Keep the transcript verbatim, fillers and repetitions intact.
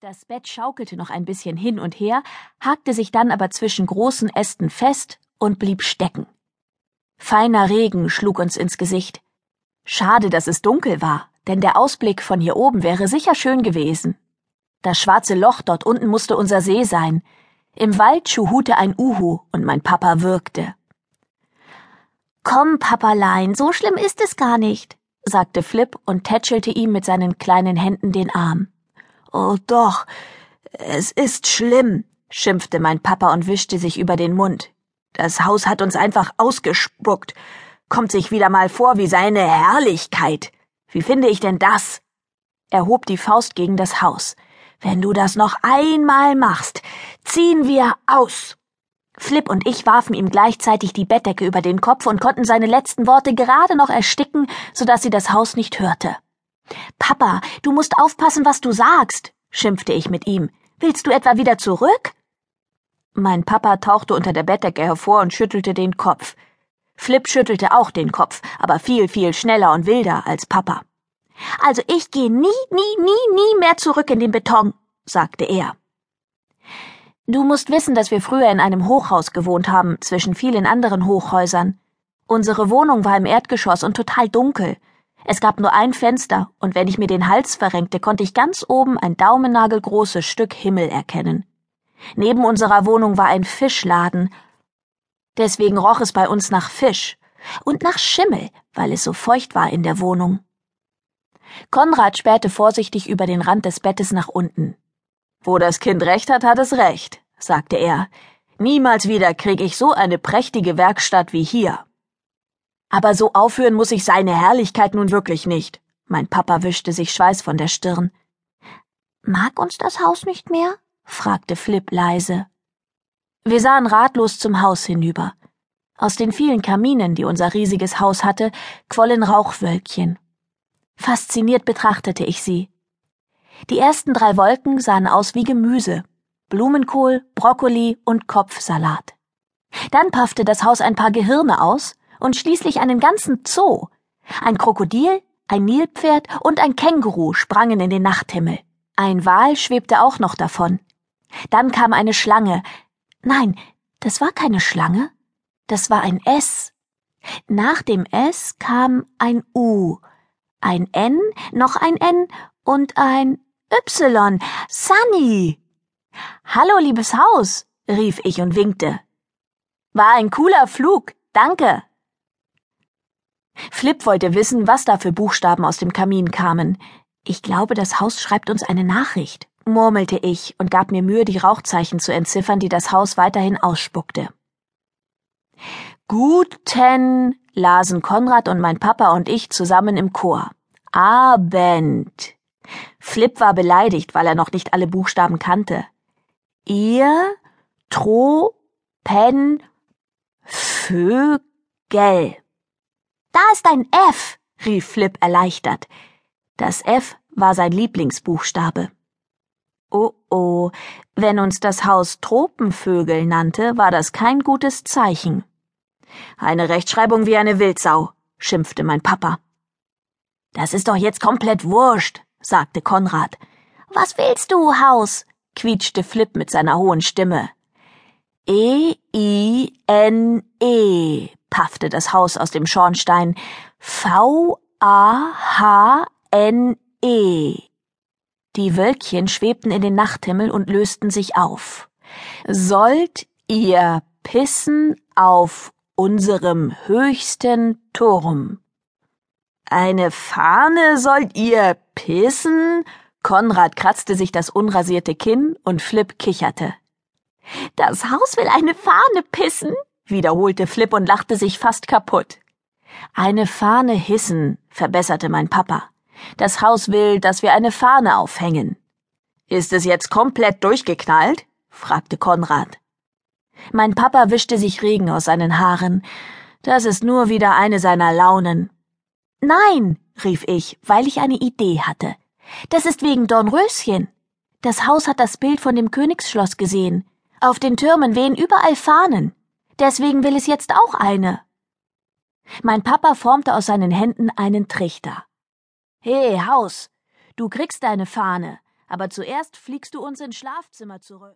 Das Bett schaukelte noch ein bisschen hin und her, hakte sich dann aber zwischen großen Ästen fest und blieb stecken. Feiner Regen schlug uns ins Gesicht. Schade, dass es dunkel war, denn der Ausblick von hier oben wäre sicher schön gewesen. Das schwarze Loch dort unten musste unser See sein. Im Wald schuhute ein Uhu und mein Papa würgte. »Komm, Papalein, so schlimm ist es gar nicht«, sagte Flip und tätschelte ihm mit seinen kleinen Händen den Arm. »Oh doch, es ist schlimm«, schimpfte mein Papa und wischte sich über den Mund. »Das Haus hat uns einfach ausgespuckt. Kommt sich wieder mal vor wie seine Herrlichkeit. Wie finde ich denn das?« Er hob die Faust gegen das Haus. »Wenn du das noch einmal machst, ziehen wir aus!« Flip und ich warfen ihm gleichzeitig die Bettdecke über den Kopf und konnten seine letzten Worte gerade noch ersticken, so dass sie das Haus nicht hörte. »Papa, du musst aufpassen, was du sagst«, schimpfte ich mit ihm. »Willst du etwa wieder zurück?« Mein Papa tauchte unter der Bettdecke hervor und schüttelte den Kopf. Flip schüttelte auch den Kopf, aber viel, viel schneller und wilder als Papa. »Also ich gehe nie, nie, nie, nie mehr zurück in den Beton«, sagte er. »Du musst wissen, dass wir früher in einem Hochhaus gewohnt haben, zwischen vielen anderen Hochhäusern. Unsere Wohnung war im Erdgeschoss und total dunkel. Es gab nur ein Fenster, und wenn ich mir den Hals verrenkte, konnte ich ganz oben ein daumennagelgroßes Stück Himmel erkennen. Neben unserer Wohnung war ein Fischladen. Deswegen roch es bei uns nach Fisch und nach Schimmel, weil es so feucht war in der Wohnung.« Konrad spähte vorsichtig über den Rand des Bettes nach unten. »Wo das Kind recht hat, hat es recht«, sagte er. »Niemals wieder krieg ich so eine prächtige Werkstatt wie hier.« »Aber so aufhören muss ich seine Herrlichkeit nun wirklich nicht.« Mein Papa wischte sich Schweiß von der Stirn. »Mag uns das Haus nicht mehr?« fragte Flip leise. Wir sahen ratlos zum Haus hinüber. Aus den vielen Kaminen, die unser riesiges Haus hatte, quollen Rauchwölkchen. Fasziniert betrachtete ich sie. Die ersten drei Wolken sahen aus wie Gemüse: Blumenkohl, Brokkoli und Kopfsalat. Dann paffte das Haus ein paar Gehirne aus und schließlich einen ganzen Zoo. Ein Krokodil, ein Nilpferd und ein Känguru sprangen in den Nachthimmel. Ein Wal schwebte auch noch davon. Dann kam eine Schlange. Nein, das war keine Schlange. Das war ein S. Nach dem S kam ein U, ein N, noch ein N und ein Y. Sunny! »Hallo, liebes Haus«, rief ich und winkte. »War ein cooler Flug, danke.« Flip wollte wissen, was da für Buchstaben aus dem Kamin kamen. »Ich glaube, das Haus schreibt uns eine Nachricht«, murmelte ich und gab mir Mühe, die Rauchzeichen zu entziffern, die das Haus weiterhin ausspuckte. »Guten«, lasen Konrad und mein Papa und ich zusammen im Chor. »Abend«. Flip war beleidigt, weil er noch nicht alle Buchstaben kannte. »Ihr Tropen Vögel.« »Da ist ein F«, rief Flip erleichtert. Das F war sein Lieblingsbuchstabe. Oh oh, wenn uns das Haus Tropenvögel nannte, war das kein gutes Zeichen. »Eine Rechtschreibung wie eine Wildsau«, schimpfte mein Papa. »Das ist doch jetzt komplett wurscht«, sagte Konrad. »Was willst du, Haus?«, quietschte Flip mit seiner hohen Stimme. E I N E, paffte das Haus aus dem Schornstein. V A H N E. Die Wölkchen schwebten in den Nachthimmel und lösten sich auf. »Sollt ihr pissen auf unserem höchsten Turm?« »Eine Fahne sollt ihr pissen?« Konrad kratzte sich das unrasierte Kinn und Flip kicherte. »Das Haus will eine Fahne pissen?«, wiederholte Flip und lachte sich fast kaputt. »Eine Fahne hissen«, verbesserte mein Papa. »Das Haus will, dass wir eine Fahne aufhängen.« »Ist es jetzt komplett durchgeknallt?«, fragte Konrad. Mein Papa wischte sich Regen aus seinen Haaren. Das ist nur wieder eine seiner Launen. »Nein«, rief ich, weil ich eine Idee hatte. »Das ist wegen Dornröschen. Das Haus hat das Bild von dem Königsschloss gesehen. Auf den Türmen wehen überall Fahnen. Deswegen will es jetzt auch eine.« Mein Papa formte aus seinen Händen einen Trichter. »Hey, Haus, du kriegst deine Fahne, Aber zuerst fliegst du uns ins Schlafzimmer zurück.